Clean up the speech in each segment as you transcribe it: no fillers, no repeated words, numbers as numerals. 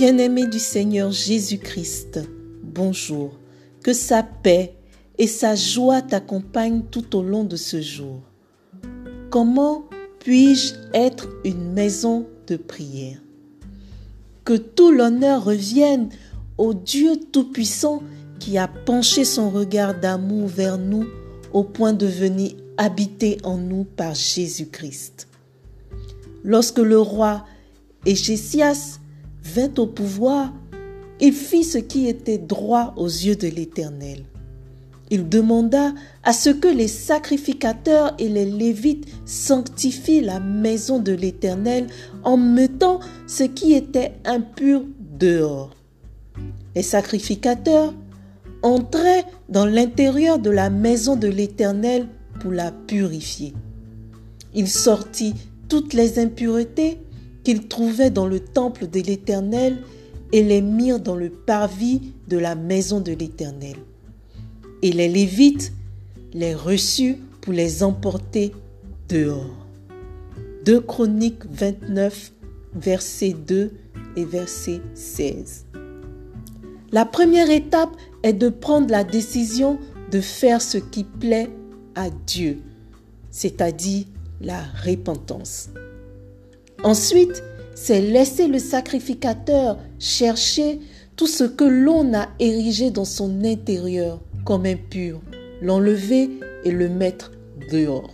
Bien-aimé du Seigneur Jésus-Christ, bonjour. Que sa paix et sa joie t'accompagnent tout au long de ce jour. Comment puis-je être une maison de prière? Que tout l'honneur revienne au Dieu Tout-Puissant qui a penché son regard d'amour vers nous au point de venir habiter en nous par Jésus-Christ. Lorsque le roi Ézéchias vint au pouvoir, il fit ce qui était droit aux yeux de l'Éternel. Il demanda à ce que les sacrificateurs et les Lévites sanctifient la maison de l'Éternel en mettant ce qui était impur dehors. Les sacrificateurs entraient dans l'intérieur de la maison de l'Éternel pour la purifier. Il sortit toutes les impuretés qu'ils trouvaient dans le temple de l'Éternel et les mirent dans le parvis de la maison de l'Éternel. Et les Lévites les reçurent pour les emporter dehors. 2 Chroniques 29, versets 2 et verset 16. La première étape est de prendre la décision de faire ce qui plaît à Dieu, c'est-à-dire la repentance. Ensuite, c'est laisser le sacrificateur chercher tout ce que l'on a érigé dans son intérieur comme impur, l'enlever et le mettre dehors.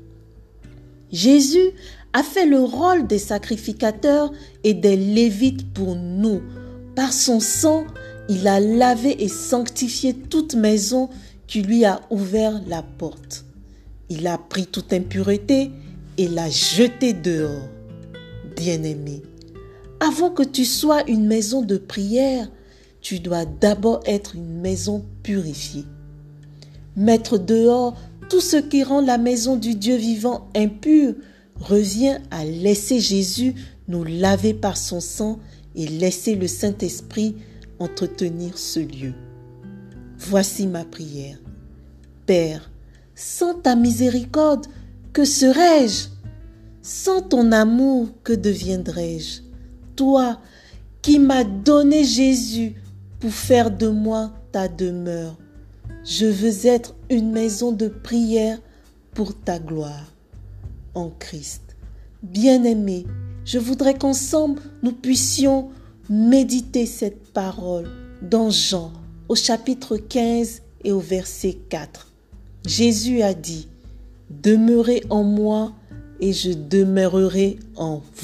Jésus a fait le rôle des sacrificateurs et des Lévites pour nous. Par son sang, il a lavé et sanctifié toute maison qui lui a ouvert la porte. Il a pris toute impureté et l'a jetée dehors. Bien-aimé, avant que tu sois une maison de prière, tu dois d'abord être une maison purifiée. Mettre dehors tout ce qui rend la maison du Dieu vivant impure revient à laisser Jésus nous laver par son sang et laisser le Saint-Esprit entretenir ce lieu. Voici ma prière. Père, sans ta miséricorde, que serais-je? Sans ton amour, que deviendrais-je? Toi qui m'as donné Jésus pour faire de moi ta demeure. Je veux être une maison de prière pour ta gloire. En Christ. Bien-aimé, je voudrais qu'ensemble nous puissions méditer cette parole dans Jean au chapitre 15 et au verset 4. Jésus a dit: « Demeurez en moi et je demeurerai en vous. »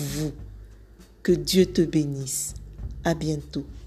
Que Dieu te bénisse. À bientôt.